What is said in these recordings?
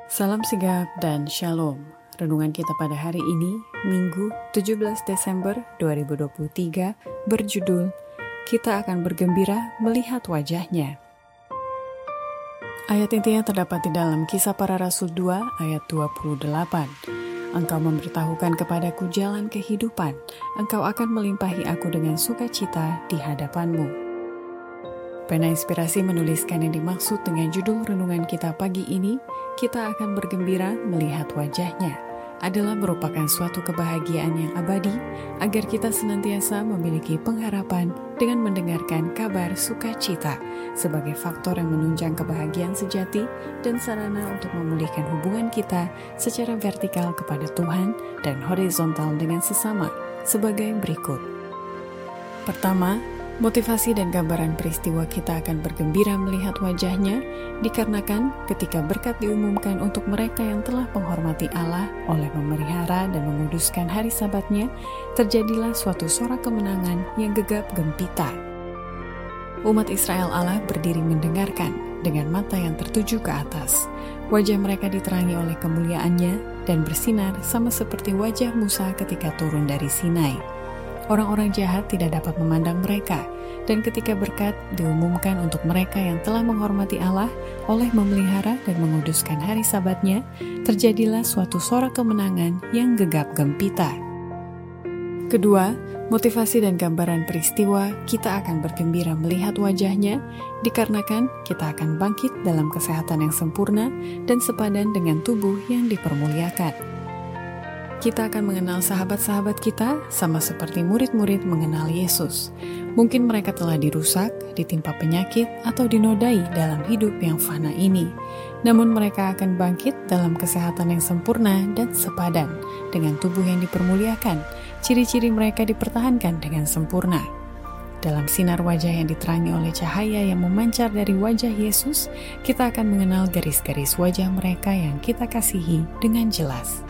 Salam sigap dan shalom. Renungan kita pada hari ini, Minggu 17 Desember 2023, berjudul Kita akan bergembira melihat wajahnya. Ayat intinya terdapat di dalam Kisah Para Rasul 2 ayat 28. Engkau memberitahukan kepadaku jalan kehidupan, engkau akan melimpahi aku dengan sukacita di hadapanmu. Pena Inspirasi menuliskan yang dimaksud dengan judul renungan kita pagi ini, kita akan bergembira melihat wajahnya, adalah merupakan suatu kebahagiaan yang abadi, agar kita senantiasa memiliki pengharapan dengan mendengarkan kabar sukacita sebagai faktor yang menunjang kebahagiaan sejati dan sarana untuk memulihkan hubungan kita secara vertikal kepada Tuhan dan horizontal dengan sesama sebagai berikut. Pertama, motivasi dan gambaran peristiwa kita akan bergembira melihat wajahnya dikarenakan ketika berkat diumumkan untuk mereka yang telah menghormati Allah oleh memelihara dan menguduskan hari Sabatnya, terjadilah suatu sorak kemenangan yang gegap gempita. Umat Israel Allah berdiri mendengarkan dengan mata yang tertuju ke atas. Wajah mereka diterangi oleh kemuliaannya dan bersinar sama seperti wajah Musa ketika turun dari Sinai. Orang-orang jahat tidak dapat memandang mereka, dan ketika berkat diumumkan untuk mereka yang telah menghormati Allah oleh memelihara dan menguduskan hari Sabatnya, terjadilah suatu sorak kemenangan yang gegap gempita. Kedua, motivasi dan gambaran peristiwa kita akan bergembira melihat wajahnya, dikarenakan kita akan bangkit dalam kesehatan yang sempurna dan sepadan dengan tubuh yang dipermuliakan. Kita akan mengenal sahabat-sahabat kita sama seperti murid-murid mengenal Yesus. Mungkin mereka telah dirusak, ditimpa penyakit, atau dinodai dalam hidup yang fana ini. Namun mereka akan bangkit dalam kesehatan yang sempurna dan sepadan dengan tubuh yang dipermuliakan. Ciri-ciri mereka dipertahankan dengan sempurna. Dalam sinar wajah yang diterangi oleh cahaya yang memancar dari wajah Yesus, kita akan mengenal garis-garis wajah mereka yang kita kasihi dengan jelas.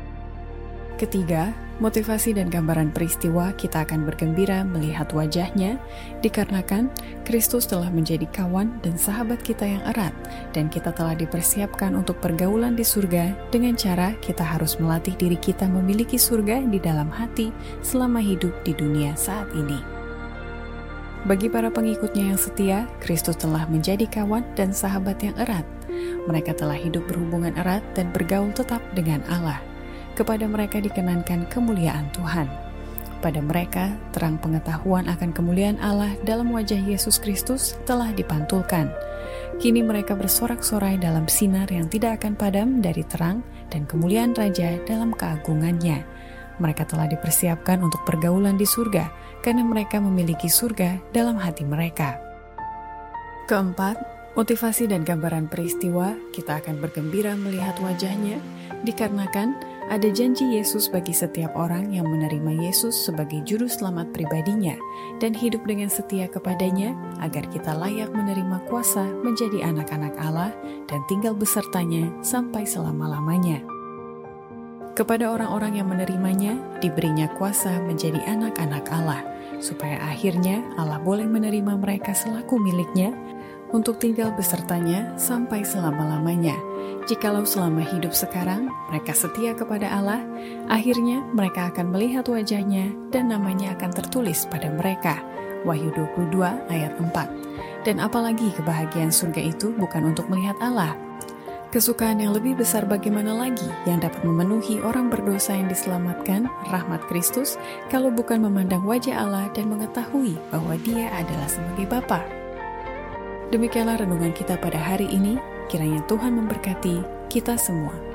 Ketiga, motivasi dan gambaran peristiwa kita akan bergembira melihat wajahnya, dikarenakan Kristus telah menjadi kawan dan sahabat kita yang erat, dan kita telah dipersiapkan untuk pergaulan di surga dengan cara kita harus melatih diri kita memiliki surga di dalam hati selama hidup di dunia saat ini. Bagi para pengikutnya yang setia, Kristus telah menjadi kawan dan sahabat yang erat. Mereka telah hidup berhubungan erat dan bergaul tetap dengan Allah. Kepada mereka dikenankan kemuliaan Tuhan. Pada mereka, terang pengetahuan akan kemuliaan Allah dalam wajah Yesus Kristus telah dipantulkan. Kini mereka bersorak-sorai dalam sinar yang tidak akan padam dari terang dan kemuliaan Raja dalam keagungannya. Mereka telah dipersiapkan untuk pergaulan di surga, karena mereka memiliki surga dalam hati mereka. Keempat, motivasi dan gambaran peristiwa kita akan bergembira melihat wajahnya, dikarenakan ada janji Yesus bagi setiap orang yang menerima Yesus sebagai juru selamat pribadinya dan hidup dengan setia kepadanya agar kita layak menerima kuasa menjadi anak-anak Allah dan tinggal besertanya sampai selama-lamanya. Kepada orang-orang yang menerimanya diberinya kuasa menjadi anak-anak Allah, supaya akhirnya Allah boleh menerima mereka selaku miliknya untuk tinggal besertanya sampai selama-lamanya. Jikalau selama hidup sekarang mereka setia kepada Allah, akhirnya mereka akan melihat wajahnya dan namanya akan tertulis pada mereka. Wahyu 22 ayat 4. Dan apalagi kebahagiaan surga itu bukan untuk melihat Allah. Kesukaan yang lebih besar bagaimana lagi yang dapat memenuhi orang berdosa yang diselamatkan rahmat Kristus kalau bukan memandang wajah Allah dan mengetahui bahwa Dia adalah sebagai Bapa. Demikianlah renungan kita pada hari ini. Kiranya Tuhan memberkati kita semua.